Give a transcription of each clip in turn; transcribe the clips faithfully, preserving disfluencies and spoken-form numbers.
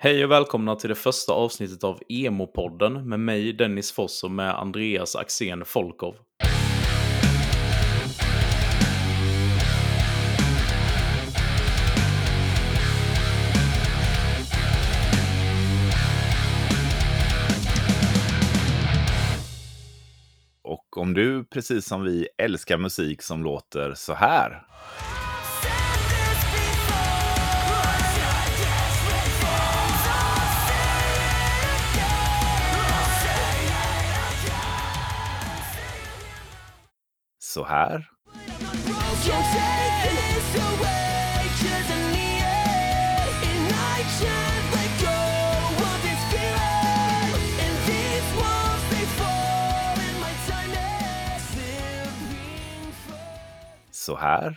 Hej och välkomna till det första avsnittet av Emo-podden med mig Dennis Foss och med Andreas Axén Folkov. Och om du, precis som vi, älskar musik som låter så här. Så här. Så här.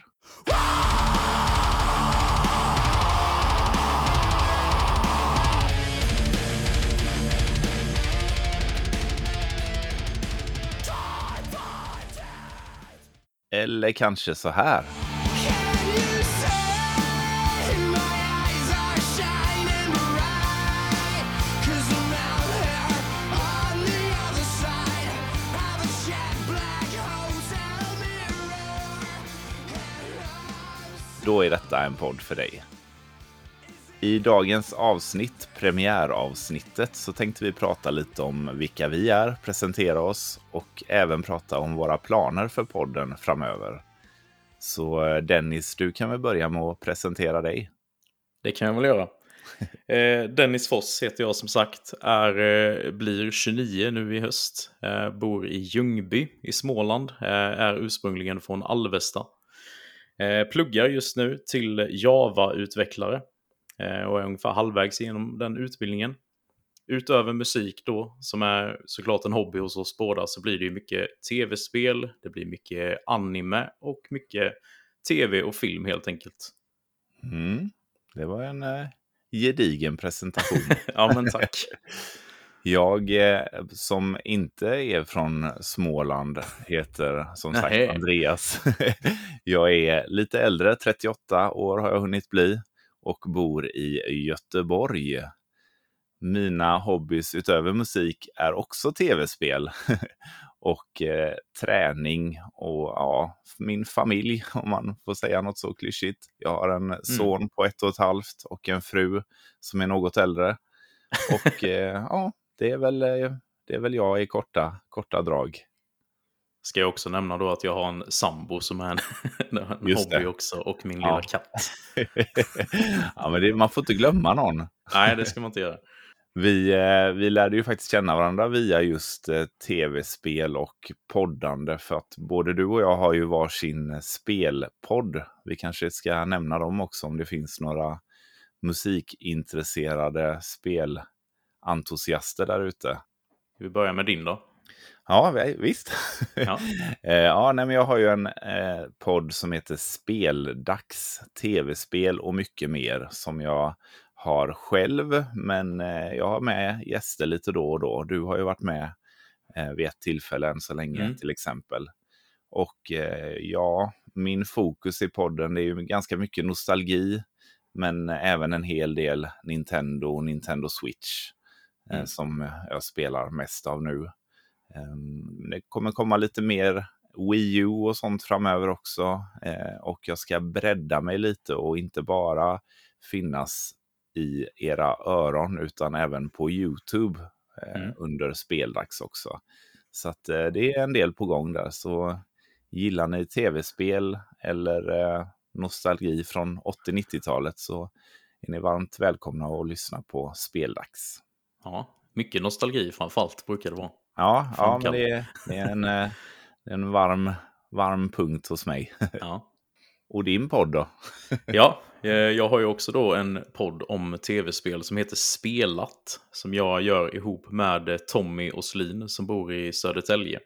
Eller kanske så här. Då är detta en podd för dig. I dagens avsnitt, premiäravsnittet, så tänkte vi prata lite om vilka vi är, presentera oss och även prata om våra planer för podden framöver. Så Dennis, du kan väl börja med att presentera dig. Det kan jag väl göra. eh, Dennis Foss heter jag som sagt, är, eh, blir tjugonio nu i höst, eh, bor i Ljungby i Småland, eh, är ursprungligen från Alvesta. Eh, pluggar just nu till Java-utvecklare eh, och är ungefär halvvägs igenom den utbildningen. Utöver musik då, som är såklart en hobby hos oss båda, så blir det ju mycket tv-spel, det blir mycket anime och mycket tv och film helt enkelt. Mm, det var en eh, gedigen presentation. Ja, men tack. Jag eh, som inte är från Småland heter som sagt Nej. Andreas. Jag är lite äldre, trettioåtta år har jag hunnit bli och bor i Göteborg. Mina hobbys utöver musik är också tv-spel och eh, träning och ja, min familj, om man får säga något så klyschigt. Jag har en son mm. på ett och ett halvt och en fru som är något äldre. Och eh, ja, det är väl, det är väl jag i korta, korta drag. Ska jag också nämna då att jag har en sambo som är en, en Just hobby det. också, och min Ja. lilla katt. Ja, men det, man får inte glömma någon. Nej, det ska man inte göra. Vi, eh, vi lärde ju faktiskt känna varandra via just eh, tv-spel och poddande, för att både du och jag har ju varsin spelpodd. Vi kanske ska nämna dem också om det finns några musikintresserade spelentusiaster där ute. Vi börjar med din då. Ja, visst. Ja. ja, nej, men jag har ju en eh, podd som heter Speldags, tv-spel och mycket mer som jag har själv, men eh, jag har med gäster lite då och då. Du har ju varit med eh, vid ett tillfälle än så länge mm. till exempel. Och eh, ja, min fokus i podden, det är ju ganska mycket nostalgi, men även en hel del Nintendo och Nintendo Switch eh, mm. som jag spelar mest av nu. Um, det kommer komma lite mer Wii U och sånt framöver också. Eh, och jag ska bredda mig lite och inte bara finnas i era öron utan även på YouTube eh, mm. under speldags också. Så att eh, det är en del på gång där. Så gillar ni tv-spel eller eh, nostalgi från åttio-nittiotalet så är ni varmt välkomna att lyssna på speldags. Ja, mycket nostalgi framförallt brukar det vara. Ja, ja men det är, det är en, en varm, varm punkt hos mig. Ja. Och din podd då? Ja, jag har ju också då en podd om tv-spel som heter Spelat, som jag gör ihop med Tommy och Slin som bor i Södertälje.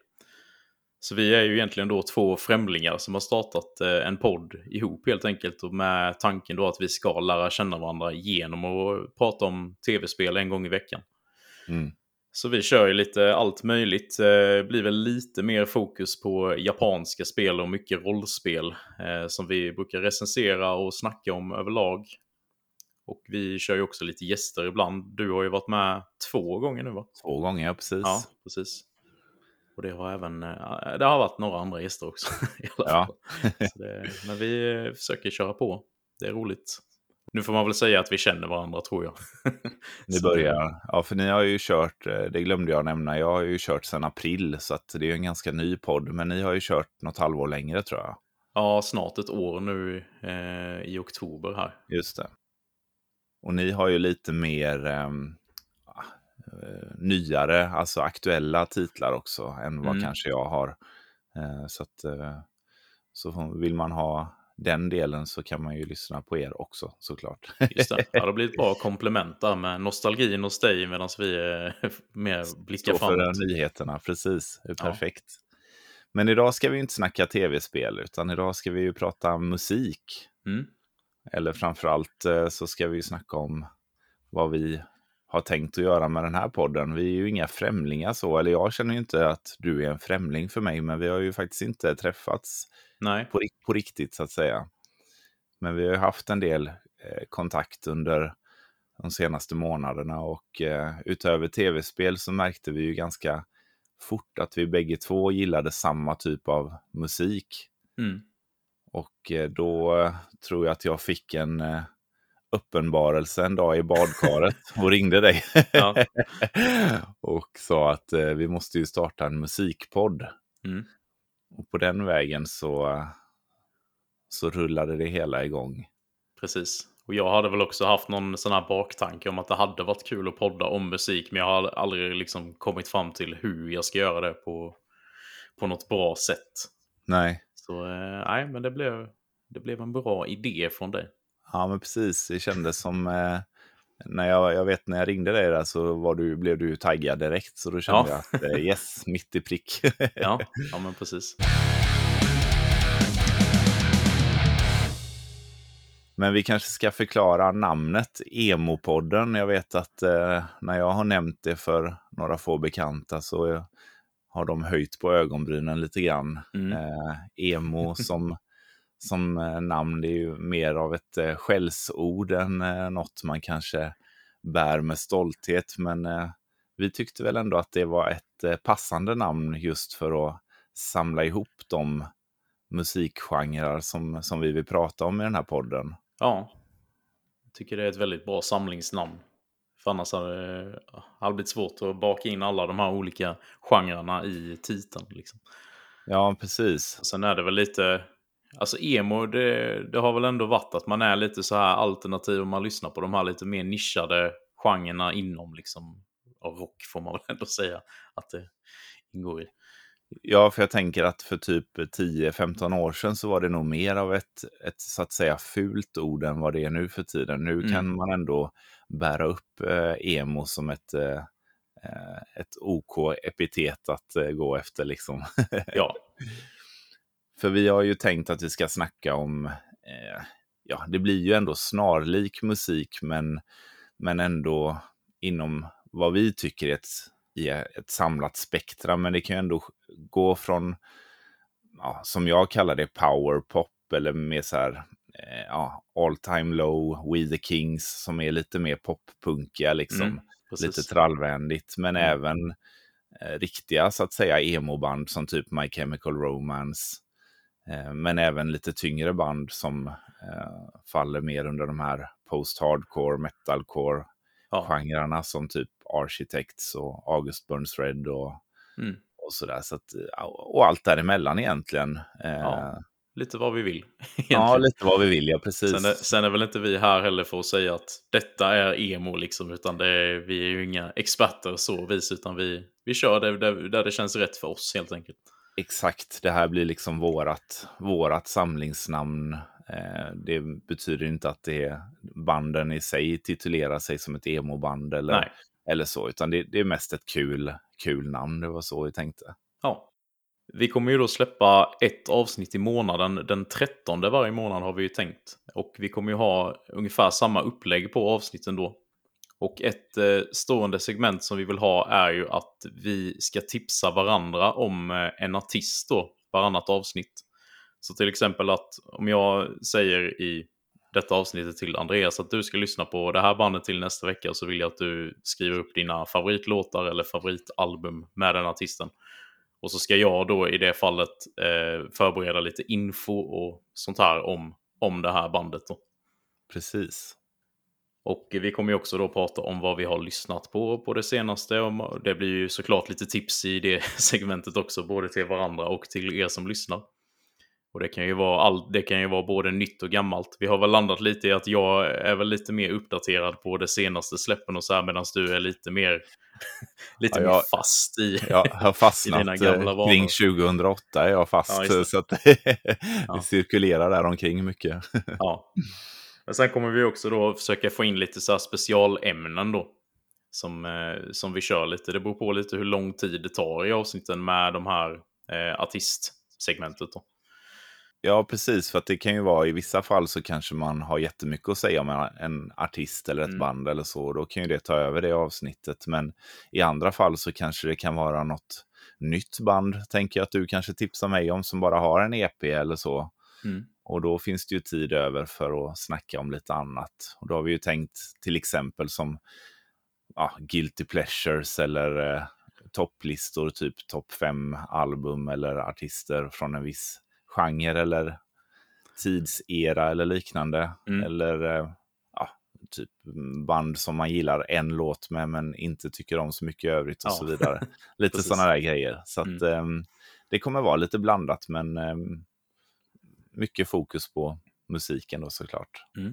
Så vi är ju egentligen då två främlingar som har startat en podd ihop helt enkelt, och med tanken då att vi ska lära känna varandra genom att prata om tv-spel en gång i veckan. Mm. Så vi kör ju lite allt möjligt. Det blir väl lite mer fokus på japanska spel och mycket rollspel eh, som vi brukar recensera och snacka om överlag. Och vi kör ju också lite gäster ibland. Du har ju varit med två gånger nu, va? Två gånger, ja, precis. Ja, precis. Och det har även eh, det har varit några andra gäster också i alla Ja. fall. Så det, men vi eh, försöker köra på. Det är roligt. Nu får man väl säga att vi känner varandra, tror jag. Ni Så det- börjar, ja, för ni har ju kört, eh, det glömde jag nämna, jag har ju kört sedan april, så att det är en ganska ny podd, men ni har ju kört något halvår längre, tror jag. Ja, snart ett år nu eh, i oktober här. Just det. Och ni har ju lite mer ehm, eh, nyare, alltså aktuella titlar också, än vad Mm. kanske jag har. Eh, så att, eh, så vill man ha den delen så kan man ju lyssna på er också, såklart. Just det. Ja, det blir ett bra komplement där med nostalgin hos dig medan vi eh, mer blickar Stå för framåt. nyheterna, precis. Det är Ja. perfekt. Men idag ska vi inte snacka tv-spel, utan idag ska vi ju prata musik. Mm. Eller framförallt eh, så ska vi ju snacka om vad vi har tänkt att göra med den här podden. Vi är ju inga främlingar så, eller jag känner ju inte att du är en främling för mig, men vi har ju faktiskt inte träffats Nej. på, ri- på riktigt, så att säga. Men vi har ju haft en del eh, kontakt under de senaste månaderna, och eh, utöver tv-spel så märkte vi ju ganska fort att vi bägge två gillade samma typ av musik. Mm. Och eh, då eh, tror jag att jag fick en eh, uppenbarelse en dag i badkaret och ringde dig. Ja. Och sa att eh, vi måste ju starta en musikpodd. Mm. Och på den vägen så, eh, så rullade det hela igång. Precis. Och jag hade väl också haft någon sån här baktanke om att det hade varit kul att podda om musik, men jag har aldrig liksom kommit fram till hur jag ska göra det på, på något bra sätt. Nej. Så eh, nej, men det blev, det blev en bra idé från dig. Ja, men precis. Det kändes som... Eh, när jag, jag vet när jag ringde dig där så var du, blev du taggad direkt. Så då kände Ja. jag att eh, yes, mitt i prick. Ja, ja men precis. Men vi kanske ska förklara namnet Emo-podden. Jag vet att eh, när jag har nämnt det för några få bekanta så eh, har de höjt på ögonbrynen lite grann. Mm. Eh, emo som, som eh, namn, det är ju mer av ett eh, skällsord än eh, något man kanske bär med stolthet. Men eh, vi tyckte väl ändå att det var ett eh, passande namn just för att samla ihop de musikgenrer som, som vi vill prata om i den här podden. Ja, jag tycker det är ett väldigt bra samlingsnamn. För annars hade det hade blivit svårt att baka in alla de här olika genrerna i titeln. Liksom. Ja, precis. Och sen är det väl lite... Alltså emo, det, det har väl ändå varit att man är lite så här alternativ om man lyssnar på de här lite mer nischade genrerna inom liksom rock, får man väl ändå säga att det ingår i. Ja, för jag tänker att för typ tio femton år sedan så var det nog mer av ett, ett så att säga fult ord än vad det är nu för tiden. Nu Mm. kan man ändå bära upp eh, emo som ett, eh, ett OK-epitet att eh, gå efter liksom. Ja. För vi har ju tänkt att vi ska snacka om, eh, ja, det blir ju ändå snarlik musik, men, men ändå inom vad vi tycker är ett, i ett samlat spektra. Men det kan ju ändå gå från, ja, som jag kallar det, powerpop, eller mer så här, eh, ja, all time low, We the Kings, som är lite mer poppunkiga liksom. Mm, precis. Lite trallvänligt, men Mm. även eh, riktiga så att säga emoband som typ My Chemical Romance. Eh, men även lite tyngre band som eh, faller mer under de här post-hardcore, metalcore Ja. genrerna som typ Architects och August Burns Red och, Mm. och sådär. Så att, och allt däremellan egentligen. Eh, Ja, lite vad vi vill. ja, egentligen. lite vad vi vill, ja, precis. Sen är, sen är väl inte vi här heller för att säga att detta är emo liksom, utan det är, vi är ju inga experter så vis, utan vi, vi kör det där, där det känns rätt för oss helt enkelt. Exakt, det här blir liksom vårat, vårat samlingsnamn. Eh, det betyder inte att det är banden i sig titulerar sig som ett emo-band eller, Nej. eller så, utan det, det är mest ett kul, kul namn. Det var så vi tänkte. Ja. Vi kommer ju då släppa ett avsnitt i månaden. Den trettonde varje månad har vi ju tänkt. Och vi kommer ju ha ungefär samma upplägg på avsnitten då. Och ett eh, stående segment som vi vill ha är ju att vi ska tipsa varandra om eh, en artist då, varannat avsnitt. Så till exempel att om jag säger i detta avsnittet till Andreas att du ska lyssna på det här bandet till nästa vecka, så vill jag att du skriver upp dina favoritlåtar eller favoritalbum med den artisten. Och så ska jag då i det fallet eh, förbereda lite info och sånt här om, om det här bandet då. Precis. Och vi kommer ju också då prata om vad vi har lyssnat på på det senaste. Och det blir ju såklart lite tips i det segmentet också, både till varandra och till er som lyssnar. Och det kan ju vara, all, det kan ju vara både nytt och gammalt. Vi har väl landat lite i att jag är väl lite mer uppdaterad på det senaste släppen och så här, medan du är lite mer, lite Ja, mer jag, fast i, jag har i fastnat dina gamla vanor. kring tjugohundraåtta är jag fast, Ja, just det. så att det Ja. cirkulerar där omkring mycket. Ja. Men sen kommer vi också då försöka få in lite så här specialämnen då. Som, eh, som vi kör lite. Det beror på lite hur lång tid det tar i avsnitten med de här eh, artistsegmentet då. Ja, precis. För att det kan ju vara, i vissa fall så kanske man har jättemycket att säga om en, en artist eller ett Mm. band eller så. Då kan ju det ta över det avsnittet. Men i andra fall så kanske det kan vara något nytt band, tänker jag att du kanske tipsar mig om, som bara har en E P eller så. Mm. Och då finns det ju tid över för att snacka om lite annat. Och då har vi ju tänkt till exempel som ja, Guilty Pleasures eller eh, topplistor, typ topp fem album eller artister från en viss genre eller tidsera eller liknande. Mm. Eller eh, ja, typ band som man gillar en låt med men inte tycker om så mycket övrigt och Ja. så vidare. Lite sådana där grejer. Så att Mm. eh, det kommer vara lite blandat, men eh, mycket fokus på musiken då såklart. Mm.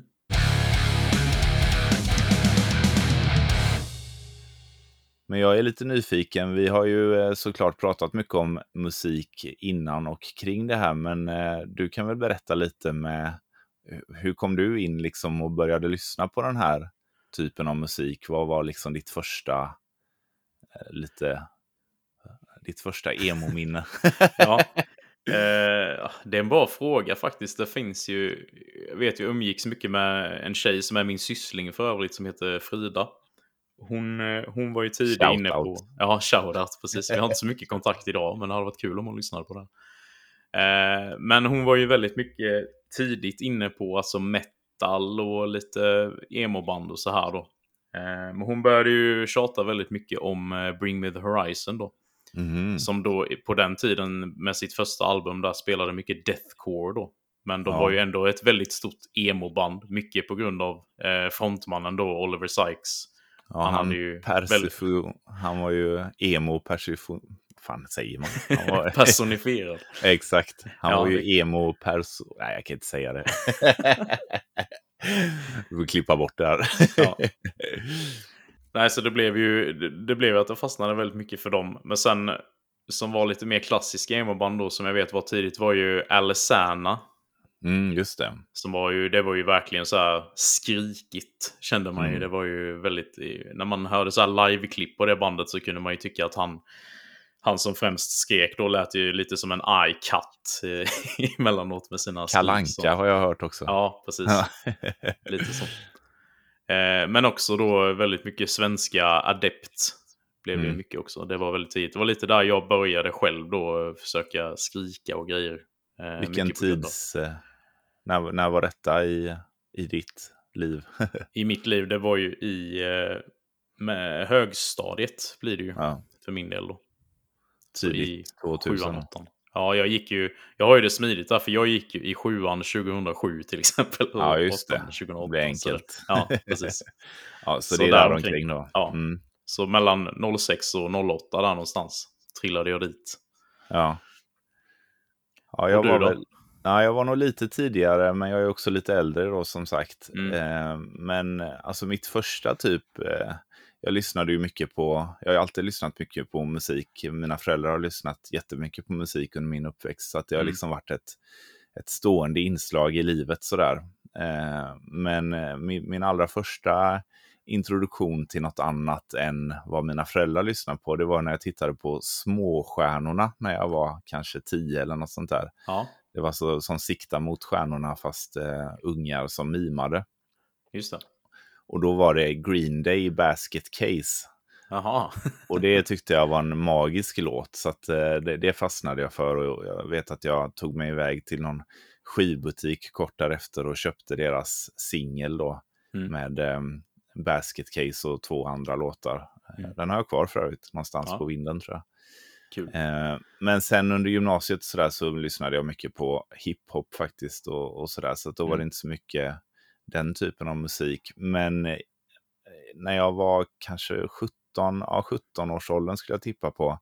Men jag är lite nyfiken. Vi har ju eh, såklart pratat mycket om musik innan och kring det här, men eh, du kan väl berätta lite med hur kom du in liksom och började lyssna på den här typen av musik? Vad var liksom ditt första eh, lite ditt första emo-minne? Ja. Eh, det är en bra fråga faktiskt. Det finns ju, jag vet ju, umgicks mycket med en tjej som är min syssling för övrigt, som heter Frida. Hon, eh, hon var ju tidigt Shout inne out. på... Ja, shoutout, precis. Vi har inte så mycket kontakt idag, men det hade varit kul om hon lyssnade på det. Eh, men hon var ju väldigt mycket tidigt inne på alltså metal och lite emo-band och så här då. Eh, men hon började ju tjata väldigt mycket om eh, Bring Me The Horizon då. Mhm. Som då på den tiden med sitt första album där spelade mycket deathcore då. Men de Ja. var ju ändå ett väldigt stort emo-band. Mycket på grund av eh, frontmannen då, Oliver Sykes. Ja, han han, hade ju Persifu, han var ju emo Persifu, fan säger man? Han var, personifierad. exakt, han Ja, var ju det- emo perso... Nej, jag kan inte säga det. Vi får klippa bort det här. Ja. Nej, så det blev ju det, det blev att jag fastnade väldigt mycket för dem. Men sen, som var lite mer klassiska emo-band då, som jag vet var tidigt, var ju Alesana. Mm, just det. Som var ju, det var ju verkligen så här skrikigt, kände man ju. Mm. Det var ju väldigt, när man hörde så här live-klipp på det bandet så kunde man ju tycka att han, han som främst skrek då lät ju lite som en arg katt eh, emellanåt med sina Kalle skrik, Anka så. har jag hört också. Ja, precis. Lite så. Eh, men också då väldigt mycket svenska Adept blev det Mm. mycket också. Det var väldigt tidigt. Det var lite där jag började själv då försöka skrika och grejer. Eh, Vilken mycket på grund av- tids... eh, När, när var detta i, i ditt liv? I mitt liv, det var ju i eh, med högstadiet blir det ju Ja, för min del då. Så i tidigt sjuan, tvåtusen. åttan. Ja, jag gick ju, jag har ju det smidigt där, för jag gick ju i sjuan tjugohundrasju till exempel. Ja, och just det. åttan tjugohundraåtta, Det blir så enkelt. ja, precis. Ja, så, Så det är där där omkring. omkring då. Ja. Mm. Så mellan noll sex och noll åtta där någonstans trillade jag dit. Ja. Ja, jag Och du var då? väl... Ja, jag var nog lite tidigare, men jag är också lite äldre då som sagt. Mm. Eh, men alltså mitt första typ... Eh, jag lyssnade ju mycket på... Jag har ju alltid lyssnat mycket på musik. Mina föräldrar har lyssnat jättemycket på musik under min uppväxt. Så att det har Mm. liksom varit ett, ett stående inslag i livet sådär. Eh, men eh, min, min allra första introduktion till något annat än vad mina föräldrar lyssnade på, det var när jag tittade på Småstjärnorna när jag var kanske tio eller något sånt där. Ja, Det var så som sikta mot stjärnorna, fast eh, ungar som mimade. just det. Och då var det Green Day Basket Case. Jaha. Och det tyckte jag var en magisk låt, så att, eh, det, det fastnade jag för. Och jag vet att jag tog mig iväg till någon skivbutik kort därefter och köpte deras singel då mm. med eh, Basket Case och två andra låtar. Mm. Den har jag kvar för övrigt, någonstans ja. på vinden tror jag. Kul. Eh, men sen under gymnasiet så, där, så lyssnade jag mycket på hiphop faktiskt och, och sådär. Så att då mm. var det inte så mycket den typen av musik. Men eh, när jag var kanske sjutton, ja, sjutton-årsåldern skulle jag tippa på.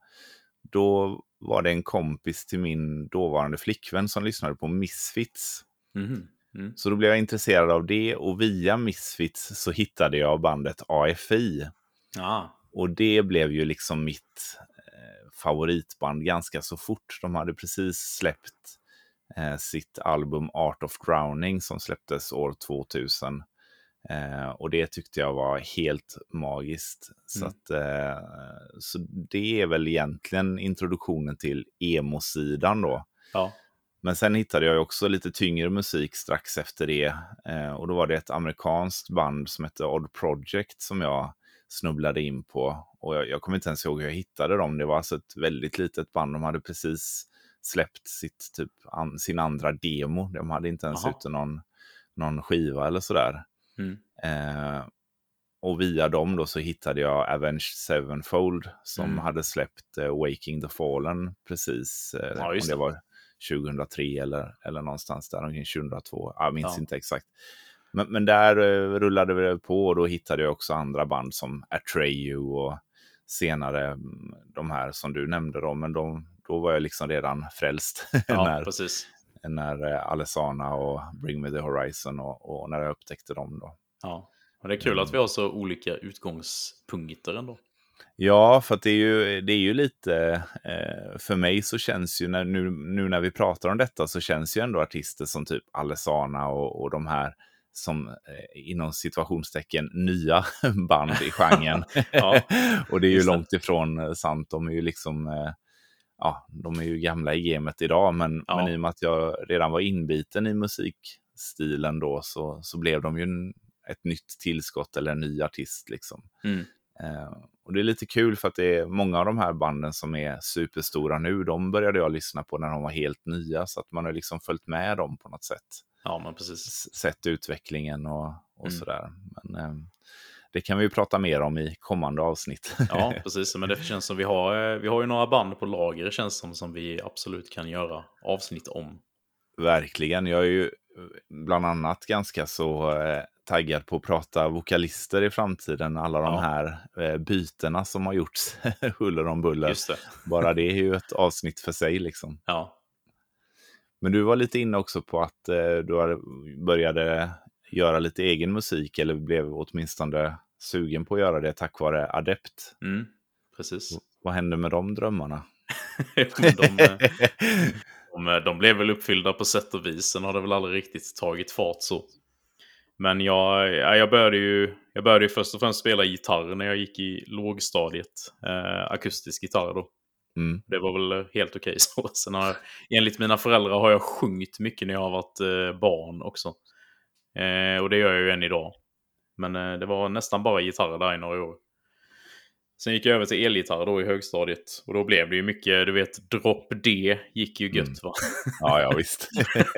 Då var det en kompis till min dåvarande flickvän som lyssnade på Misfits. Mm. Mm. Så då blev jag intresserad av det och via Misfits så hittade jag bandet A F I. Ah. Och det blev ju liksom mitt eh, favoritband ganska så fort. De hade precis släppt eh, sitt album Art of Drowning som släpptes år tvåtusen. Eh, och det tyckte jag var helt magiskt. Mm. Så, att, eh, så det är väl egentligen introduktionen till emo-sidan då. Ja. Men sen hittade jag också lite tyngre musik strax efter det. Eh, och då var det ett amerikanskt band som hette Odd Project som jag snubblade in på. Och jag, jag kommer inte ens ihåg hur jag hittade dem. Det var alltså ett väldigt litet band. De hade precis släppt sitt, typ, an, sin andra demo. De hade inte ens ute någon, någon skiva eller sådär. Mm. Eh, och via dem då så hittade jag Avenged Sevenfold som mm. hade släppt eh, Waking the Fallen precis. Eh, ja, om det var tjugohundratre eller, eller någonstans där omkring tjugohundratvå. Jag minns ja. inte exakt. Men, men där uh, rullade vi på och då hittade jag också andra band som Atreyu och senare de här som du nämnde då. Men de, då var jag liksom redan frälst. Ja, när, precis. När uh, Alesana och Bring Me The Horizon och, och när jag upptäckte dem då. Ja, och det är kul mm. att vi har så olika utgångspunkter ändå. Ja, för att det är ju, det är ju lite, eh, för mig så känns ju, när, nu, nu när vi pratar om detta så känns ju ändå artister som typ Alesana och, och de här som eh, inom situationstecken nya band i genren. Ja, och det är ju långt ifrån sant, de är ju liksom, eh, ja, de är ju gamla i gamet idag, men, ja. men i och med att jag redan var inbiten i musikstilen då så, så blev de ju en, ett nytt tillskott eller en ny artist liksom. Mm. Uh, och det är lite kul för att det är många av de här banden som är superstora nu, de började jag lyssna på när de var helt nya, så att man har liksom följt med dem på något sätt. Ja, men precis. S- sett utvecklingen och, och mm. sådär. Men uh, det kan vi ju prata mer om i kommande avsnitt. Ja, precis. Men det känns som vi har, vi har ju några band på lager, känns som, som vi absolut kan göra avsnitt om. Verkligen, jag är ju bland annat ganska så eh, taggad på att prata vokalister i framtiden. Alla de ja. här eh, bytena som har gjorts huller om buller. Just det. Bara det är ju ett avsnitt för sig liksom. Ja. Men du var lite inne också på att eh, du började göra lite egen musik, eller blev åtminstone sugen på att göra det tack vare Adept. Mm, precis. V- vad hände med de drömmarna? de, de, de blev väl uppfyllda på sätt och vis. Sen har det väl aldrig riktigt tagit fart så. Men jag, jag, började ju, jag började ju först och främst spela gitarr när jag gick i lågstadiet. Eh, akustisk gitarr då. Mm. Det var väl helt okej så. Sen har jag, enligt mina föräldrar har jag sjungit mycket när jag har varit eh, barn också. Eh, och det gör jag ju än idag. Men eh, det var nästan bara gitarr där i några år. Sen gick jag över till elgitarr då i högstadiet. Och då blev det ju mycket, du vet, drop D gick ju gött mm. va? Ja, ja visst.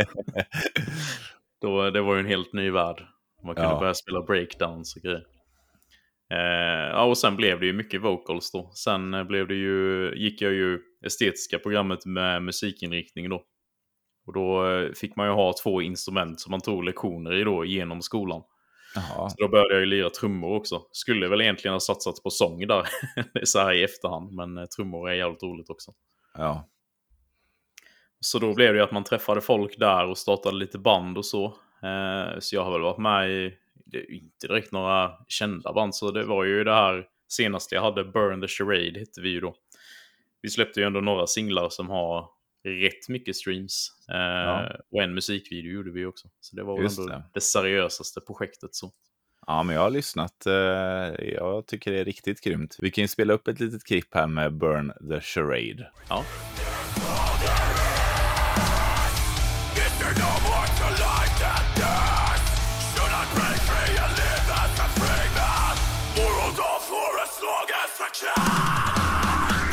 Då, det var ju en helt ny värld. Man kunde ja. börja spela breakdance och grejer. Eh, ja, och sen blev det ju mycket vocals då. Sen blev det ju, gick jag ju estetiska programmet med musikinriktning då. Och då fick man ju ha två instrument som man tog lektioner i då genom skolan. Jaha. Så då började jag ju lira trummor också. Skulle väl egentligen ha satsat på sång där. Det är så här i efterhand. Men trummor är jävligt roligt också. Ja. Så då blev det ju att man träffade folk där och startade lite band och så. Eh, så jag har väl varit med i, det är inte direkt några kända band. Så det var ju det här senaste jag hade, Burn the Charade hette vi ju då. Vi släppte ju ändå några singlar som har rätt mycket streams. Eh, ja. Och en musikvideo gjorde vi också. Så det var väl ändå det. det seriösaste projektet så. Ja, men jag har lyssnat. Eh, jag tycker det är riktigt grymt. Vi kan ju spela upp ett litet klipp här med Burn the Charade. Ja.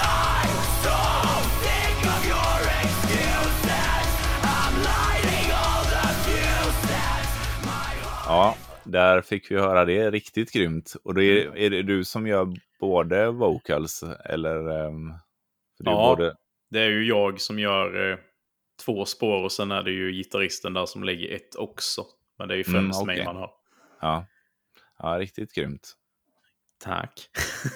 I so think of your excuses. I'm lighting up. Ja, där fick vi höra det. Riktigt grymt. Och då är, Mm. är det du som gör både vocals eller... Um, för det är Ja, både... det är ju jag som gör eh, två spår och sen är det ju gitarristen där som lägger ett också. Men det är ju Mm, främst mig okej. man har. Ja. Ja, riktigt grymt. Tack.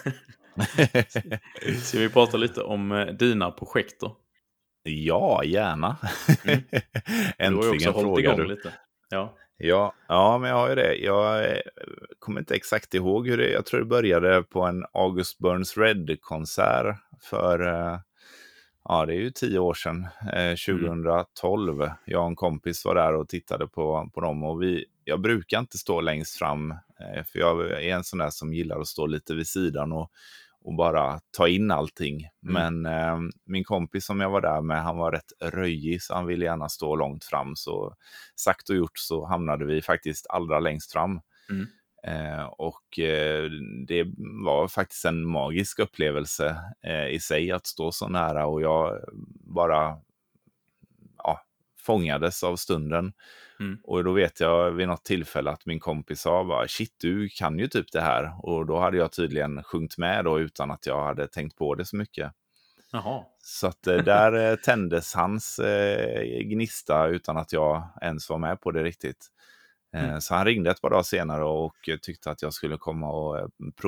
Ska vi prata lite om eh, dina projekt då? Ja, gärna. Mm. Du har ju också Äntligen hållit frågar igång du. lite. Ja. Ja, ja, men jag har ju det. Jag eh, kommer inte exakt ihåg hur det... Jag tror det började på en August Burns Red-konsert för... Eh, ja, det är ju tio år sedan. Eh, tjugohundratolv. Jag och en kompis var där och tittade på, på dem. Och vi, jag brukar inte stå längst fram. Eh, för jag är en sån där som gillar att stå lite vid sidan och och bara ta in allting. Mm. Men eh, min kompis som jag var där med, han var rätt röjig så han ville gärna stå långt fram. Så sagt och gjort så hamnade vi faktiskt allra längst fram. Mm. Eh, och eh, det var faktiskt en magisk upplevelse eh, i sig att stå så nära och jag bara ja, fångades av stunden. Mm. Och då vet jag vid något tillfälle att min kompis sa bara, shit, du kan ju typ det här. Och då hade jag tydligen sjungit med då utan att jag hade tänkt på det så mycket. Jaha. Så att eh, där eh, tändes hans eh, gnista utan att jag ens var med på det riktigt. Eh, Mm. Så han ringde ett par dagar senare och tyckte att jag skulle komma och eh,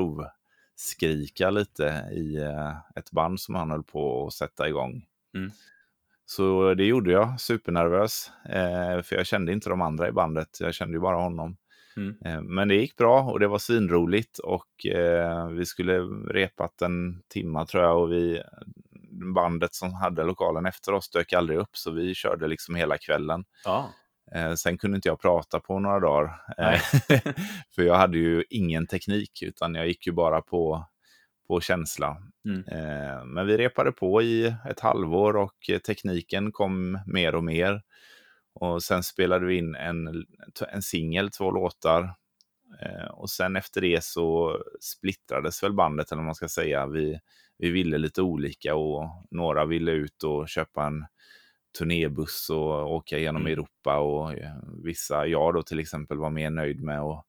provskrika lite i eh, ett band som han höll på att sätta igång. Mm. Så det gjorde jag, supernervös, eh, för jag kände inte de andra i bandet, jag kände ju bara honom. Mm. Eh, men det gick bra och det var svinroligt och eh, vi skulle repat en timma tror jag och vi, bandet som hade lokalen efter oss dök aldrig upp så vi körde liksom hela kvällen. Ja. Eh, sen kunde inte jag prata på några dagar, Nej. för jag hade ju ingen teknik utan jag gick ju bara på på känsla. Mm. Eh, men vi repade på i ett halvår och tekniken kom mer och mer. Och sen spelade vi in en, en singel, två låtar. Eh, och sen efter det så splittrades väl bandet, eller vad man ska säga. Vi, vi ville lite olika och några ville ut och köpa en turnébuss och åka genom Mm. Europa. Och vissa, jag då till exempel, var mer nöjd med att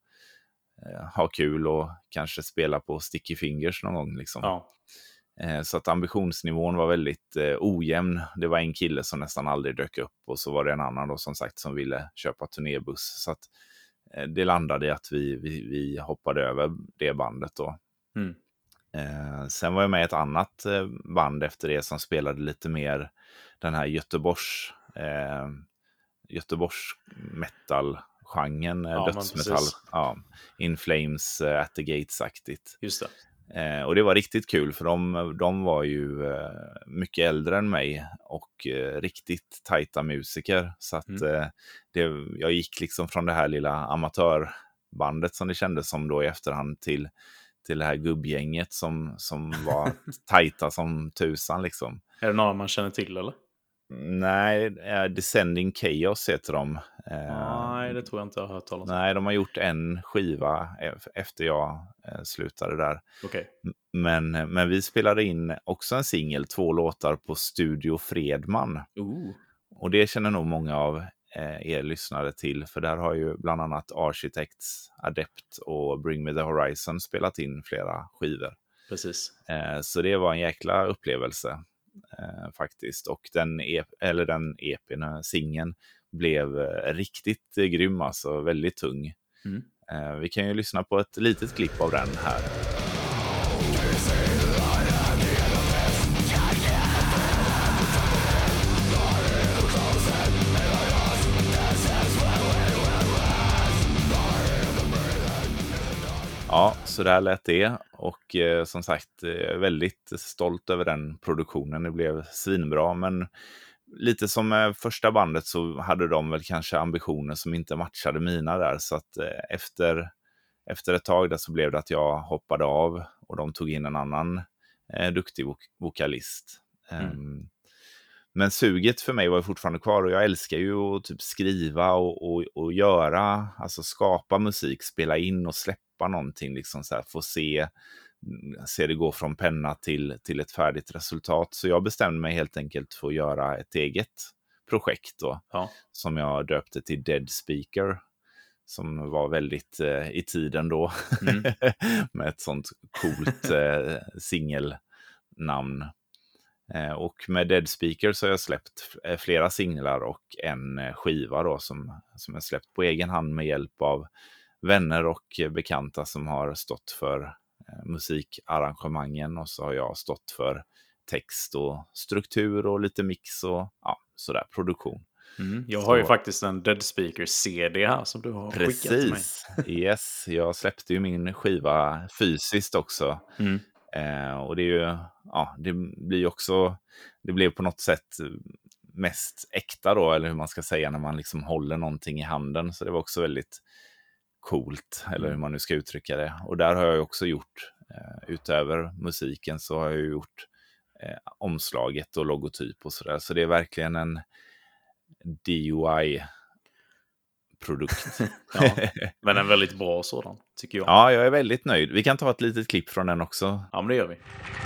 ha kul och kanske spela på Sticky Fingers någon gång liksom. Ja. Eh, så att ambitionsnivån var väldigt eh, ojämn. Det var en kille som nästan aldrig dök upp och så var det en annan då som sagt som ville köpa turnébuss. Så att eh, det landade i att vi, vi, vi hoppade över det bandet då. Mm. Eh, sen var jag med i ett annat eh, band efter det som spelade lite mer den här Göteborgs eh, Göteborgs metal genren, Ja, dödsmetall, ja, In Flames, uh, At the Gates-aktigt. Just det. Eh, och det var riktigt kul för de, de var ju eh, mycket äldre än mig och eh, riktigt tajta musiker. Så att Mm. eh, det, jag gick liksom från det här lilla amatörbandet som det kändes som då i efterhand till, till det här gubbgänget som, som var tajta som tusan liksom. Är det några man känner till eller? Nej, eh, Descending Chaos heter de. Eh, Nej, det tror jag inte jag har hört talas om. Nej, de har gjort en skiva e- efter jag eh, slutade där. Okej. M- Men, men vi spelade in också en singel, två låtar på Studio Fredman. Ooh. Och det känner nog många av eh, er lyssnare till. För där har ju bland annat Architects, Adept och Bring Me The Horizon spelat in flera skivor. Precis. Eh, så det var en jäkla upplevelse. Eh, faktiskt. Och den, e- eller den E P:n, singeln, blev eh, riktigt eh, grym, alltså väldigt tung. Mm. Eh, vi kan ju lyssna på ett litet klipp av den här. Ja, så där lät det och eh, som sagt eh, väldigt stolt över den produktionen. Det blev svinbra, men lite som med första bandet så hade de väl kanske ambitioner som inte matchade mina där. Så att eh, efter, efter ett tag där så blev det att jag hoppade av och de tog in en annan eh, duktig vok- vokalist. Mm. Um, men suget för mig var ju fortfarande kvar och jag älskar ju att typ skriva och, och, och göra, alltså skapa musik, spela in och släppa någonting, liksom så här, få se, se det gå från penna till, till ett färdigt resultat. Så jag bestämde mig helt enkelt för att göra ett eget projekt då, Ja. som jag döpte till Dead Speaker. som var väldigt eh, i tiden då. Mm. Med ett sånt coolt eh, singelnamn. Eh, och med Dead Speaker så har jag släppt eh, flera singlar och en eh, skiva då som, som jag släppt på egen hand med hjälp av vänner och eh, bekanta som har stått för eh, musikarrangemangen, och så har jag stått för text och struktur och lite mix och ja, sådär, produktion. Mm. Jag Så- har ju faktiskt en Dead Speaker C D här som du har skickat till mig. Precis, yes. Jag släppte ju min skiva fysiskt också. Mm. Eh, och det är ju, ja, det blir ju också, det blir på något sätt mest äkta då, eller hur man ska säga, när man liksom håller någonting i handen. Så det var också väldigt coolt, eller hur man nu ska uttrycka det. Och där har jag ju också gjort, eh, utöver musiken så har jag ju gjort eh, omslaget och logotyp och sådär. Så det är verkligen en D O I-produkt. Ja, men en väldigt bra sådan, tycker jag. Ja, jag är väldigt nöjd. Vi kan ta ett litet klipp från den också. Ja, men det gör vi.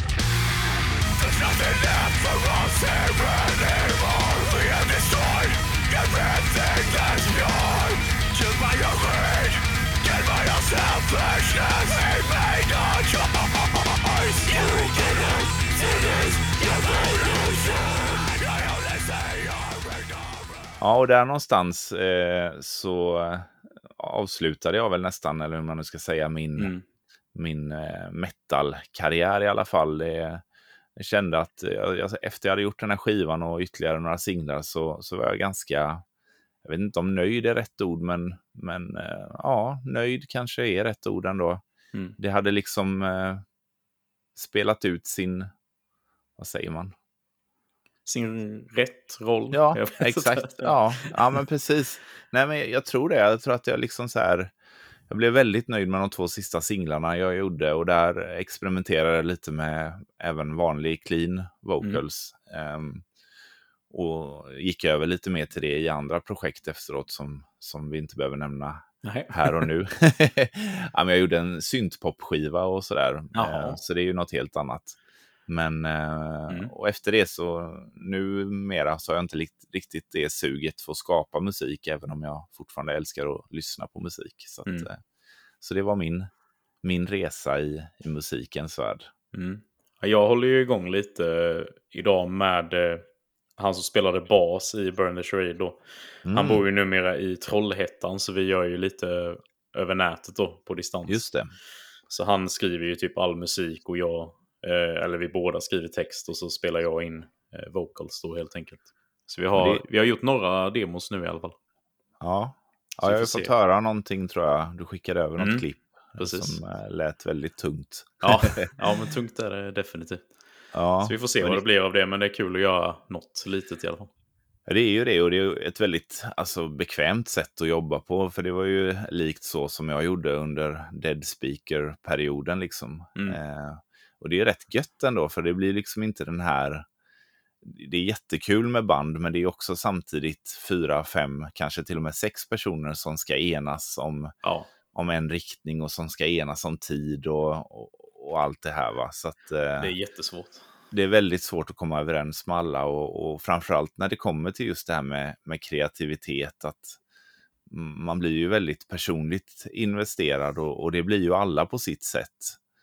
Ja, och där någonstans eh, så avslutade jag väl nästan, eller hur man nu ska säga, min, Mm. min eh, metal-karriär i alla fall. Det, jag kände att jag, jag, efter jag hade gjort den här skivan och ytterligare några singlar så, så var jag ganska, jag vet inte om nöjd är rätt ord, men, men eh, ja, nöjd kanske är rätt ord ändå. Mm. Det hade liksom eh, spelat ut sin, vad säger man? Sin rätt roll. Ja, Jag vet exakt. inte. Ja, ja, men precis. Nej, men jag tror det. Jag tror att jag liksom så här, jag blev väldigt nöjd med de två sista singlarna jag gjorde, och där experimenterade jag lite med även vanlig clean vocals. Um, och gick över lite mer till det i andra projekt efteråt som, som vi inte behöver nämna Nej. här och nu. Ja, men jag gjorde en syntpopskiva och sådär. Jaha. Uh, så det är ju något helt annat. Men uh, Mm. och efter det så numera så har jag inte likt, riktigt det suget för att skapa musik, även om jag fortfarande älskar att lyssna på musik. Så, att, Mm. uh, så det var min, min resa i, i musikens värld. Mm. Ja, jag håller ju igång lite eh, idag med eh, han som spelade bas i Burn the Charade då. Mm. Han bor ju numera i Trollhättan, så vi gör ju lite över nätet då på distans. Just det. Så han skriver ju typ all musik och jag, eh, eller vi båda skriver text och så spelar jag in eh, vocals då helt enkelt. Så vi har, Det- vi har gjort några demos nu i alla fall. Ja, Så ja vi jag har får fått se. höra någonting, tror jag. Du skickade över något Mm, klipp precis. som äh, lät väldigt tungt. Ja, ja, men tungt är det definitivt. Ja, Så vi får se men vad det, det blir av det, men det är kul att göra något litet i alla fall. det är ju det, och det är ju ett väldigt alltså, bekvämt sätt att jobba på. För det var ju likt så som jag gjorde under Dead Speaker-perioden. Liksom. Mm. Eh, och det är rätt gött ändå, för det blir liksom inte den här... Det är jättekul med band, men det är också samtidigt fyra, fem, kanske till och med sex personer som ska enas om, Ja, om en riktning och som ska enas om tid och, och, och allt det här. Va? Så att, eh, det är jättesvårt. det är väldigt svårt att komma överens med alla, och, och framförallt när det kommer till just det här med, med kreativitet, att man blir ju väldigt personligt investerad, och, och det blir ju alla på sitt sätt.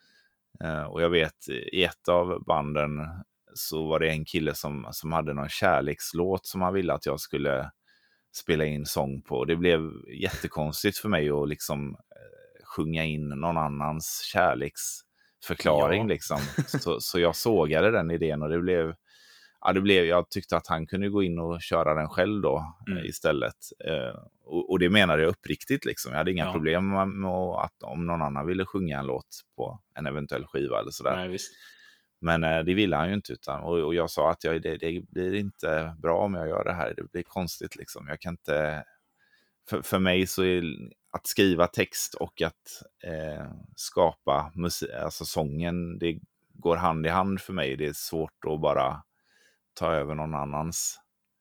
Eh, och jag vet, i ett av banden så var det en kille som, som hade någon kärlekslåt som han ville att jag skulle spela in sång på. Det blev jättekonstigt för mig att liksom eh, sjunga in någon annans kärleksförklaring. Ja. Liksom. Så, så jag sågade den idén, och det blev, ja, det blev, jag tyckte att han kunde gå in och köra den själv då Mm. eh, istället. Eh, och, och det menade jag uppriktigt. Liksom. Jag hade inga Ja. problem med, med att om någon annan ville sjunga en låt på en eventuell skiva eller sådär. Nej, visst. Men eh, det ville han ju inte, utan, och, och jag sa att jag, det, det blir inte bra om jag gör det här. Det blir konstigt liksom. Jag kan inte... För, för mig så är att skriva text och att eh, skapa musik, alltså sången, det går hand i hand för mig. Det är svårt att bara ta över någon annans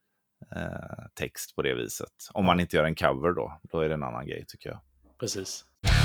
eh, text på det viset. Om man inte gör en cover då, då är det en annan grej tycker jag. Precis.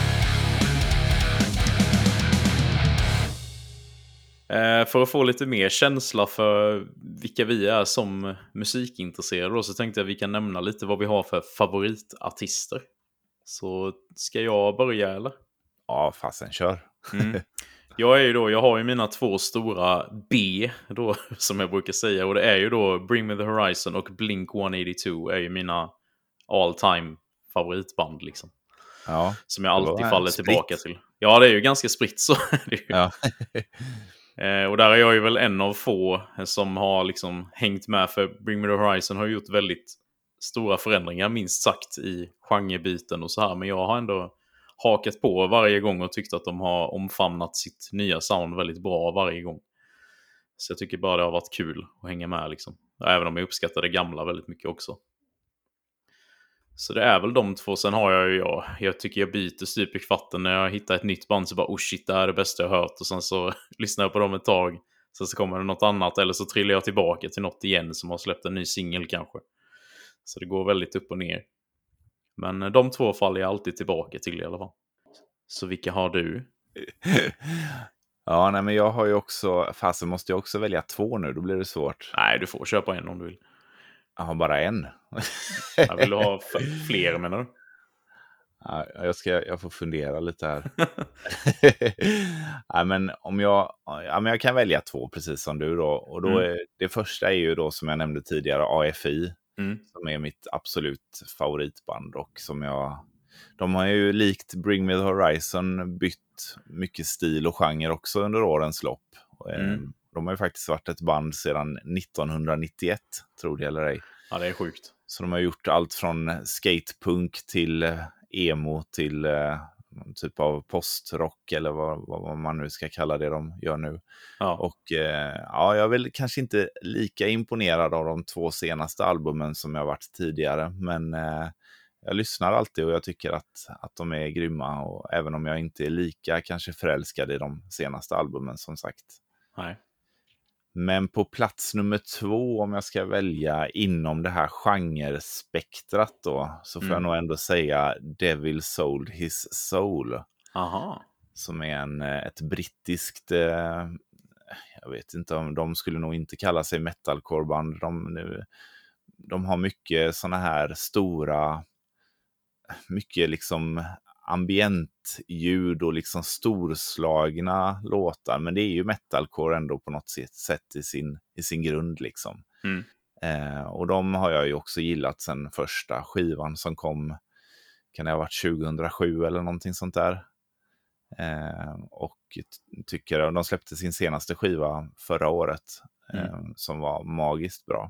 Eh, för att få lite mer känsla för vilka vi är som musikintresserade då, så tänkte jag att vi kan nämna lite vad vi har för favoritartister. Så ska jag börja eller? Ja, fasen kör. Mm. Jag är ju då, jag har ju mina två stora B då, som jag brukar säga. Och det är ju då Bring Me The Horizon och Blink one eighty-two är ju mina all time favoritband liksom. Ja, Som jag det var alltid en faller spritt. tillbaka till. Ja, det är ju ganska spritt så. är det ju. Ja. Eh, och där är jag ju väl en av få som har liksom hängt med, för Bring Me The Horizon har gjort väldigt stora förändringar minst sagt i genrebyten och så här. Men jag har ändå hakat på varje gång och tyckt att de har omfamnat sitt nya sound väldigt bra varje gång. Så jag tycker bara det har varit kul att hänga med liksom. Även om jag uppskattar det gamla väldigt mycket också. Så det är väl de två. Sen har jag ju, ja, jag tycker jag byter stup i kvarten när jag hittar ett nytt band så bara, oh shit, det här är det bästa jag har hört. Och sen så lyssnar jag på dem ett tag. Sen så kommer det något annat, eller så trillar jag tillbaka till något igen som har släppt en ny singel kanske. Så det går väldigt upp och ner. Men de två faller jag alltid tillbaka till i alla fall. Så vilka har du? Ja, nej, men jag har ju också, fast måste jag också välja två nu, då blir det svårt. Nej, du får köpa en om du vill. Jag har bara en. Jag vill ha f- fler menar du? Ja, jag, ska, jag får fundera lite här. Ja, men om jag, ja, men jag kan välja två precis som du då. Och då Mm. är, det första är ju då som jag nämnde tidigare A F I. Mm. Som är mitt absolut favoritband. Och som jag, de har ju likt Bring Me The Horizon bytt mycket stil och genre också under årens lopp. Mm. De har ju faktiskt varit ett band sedan nittonhundranittioett, tror det eller ej. Ja, det är sjukt. Så de har gjort allt från skatepunk till emo till eh, typ av postrock eller vad, vad man nu ska kalla det de gör nu. Ja. Och eh, ja, jag är väl kanske inte lika imponerad av de två senaste albumen som jag varit tidigare, men eh, jag lyssnar alltid och jag tycker att, att de är grymma, och även om jag inte är lika kanske förälskad i de senaste albumen som sagt. Nej. Men på plats nummer två, om jag ska välja inom det här genrespektrat då, så får Mm. jag nog ändå säga Devil Sold His Soul. Aha. Som är en, ett brittiskt, eh, jag vet inte om de skulle nog inte kalla sig metalcoreband. De, nu, de har mycket såna här stora, mycket liksom ambientljud och liksom storslagna låtar, men det är ju metalcore ändå på något sätt i sin, i sin grund liksom. Mm. Eh, och de har jag ju också gillat sen första skivan som kom, kan det ha varit tjugohundrasju eller någonting sånt där. Eh, och t- tycker de släppte sin senaste skiva förra året eh, Mm. som var magiskt bra.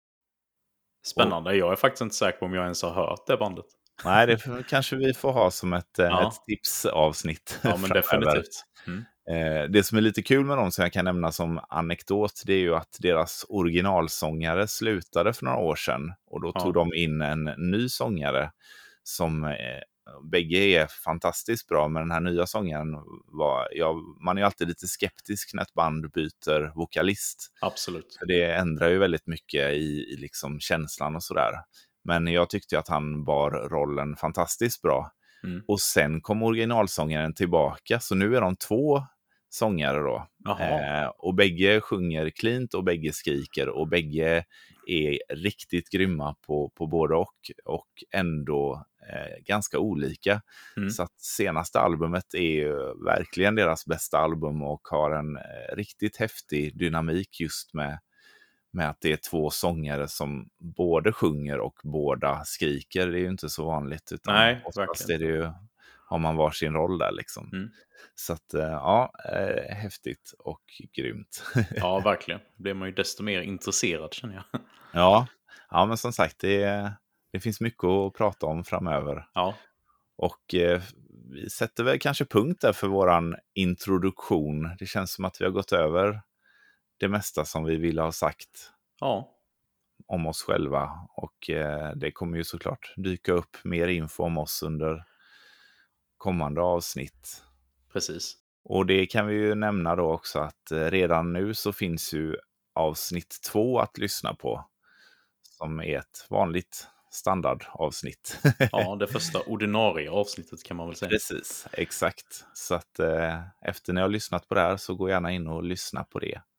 Spännande. Jag är faktiskt inte säker på om jag ens har hört det bandet. Nej, det får, kanske vi får ha som ett, Ja. ett tipsavsnitt. Ja, men definitivt. Mm. Eh, det som är lite kul med dem som jag kan nämna som anekdot, det är ju att deras originalsångare slutade för några år sedan. Och då Ja. tog de in en ny sångare som eh, bägge är fantastiskt bra, men den här nya sångaren var, ja, man är ju alltid lite skeptisk när ett band byter vokalist. Absolut. För det ändrar ju väldigt mycket i, i liksom känslan och sådär. Men jag tyckte att han bar rollen fantastiskt bra. Mm. Och sen kom originalsångaren tillbaka, så nu är de två sångare då. Eh, och bägge sjunger cleant och bägge skriker och bägge är riktigt grymma på, på både och. Och ändå eh, ganska olika. Mm. Så att senaste albumet är ju verkligen deras bästa album och har en eh, riktigt häftig dynamik just med med att det är två sångare som både sjunger och båda skriker. Det är ju inte så vanligt, utan Nej, oftast verkligen. är det ju, har man varsin roll där liksom. Mm. Så att ja, eh, häftigt och grymt. Ja, verkligen. Då blir man ju desto mer intresserad, känner jag. ja, ja, men som sagt, det, det finns mycket att prata om framöver. Ja. Och eh, vi sätter väl kanske punkt där för våran introduktion. Det känns som att vi har gått över det mesta som vi ville ha sagt. Ja. Om oss själva, och eh, det kommer ju såklart dyka upp mer info om oss under kommande avsnitt. Precis. Och det kan vi ju nämna då också att eh, redan nu så finns ju avsnitt två att lyssna på, som är ett vanligt standardavsnitt. Ja, det första ordinarie avsnittet kan man väl säga. Precis, exakt. Så att eh, efter ni har lyssnat på det här så gå gärna in och lyssna på det. Ja,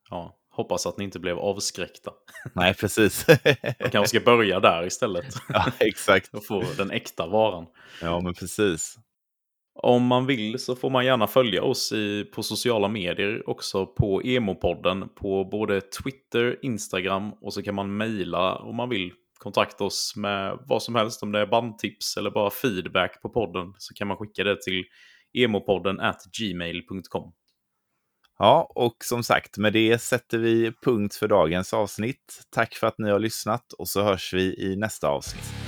Hoppas att ni inte blev avskräckta. Nej, precis. Man kanske ska börja där istället. Ja, exakt. Och få den äkta varan. Ja, men precis. Om man vill så får man gärna följa oss i, på sociala medier också på Emopodden på både Twitter, Instagram och så kan man mejla om man vill kontakta oss med vad som helst, om det är bandtips eller bara feedback på podden, så kan man skicka det till emopodden at gmail dot com. Ja, och som sagt, med det sätter vi punkt för dagens avsnitt. Tack för att ni har lyssnat och så hörs vi i nästa avsnitt.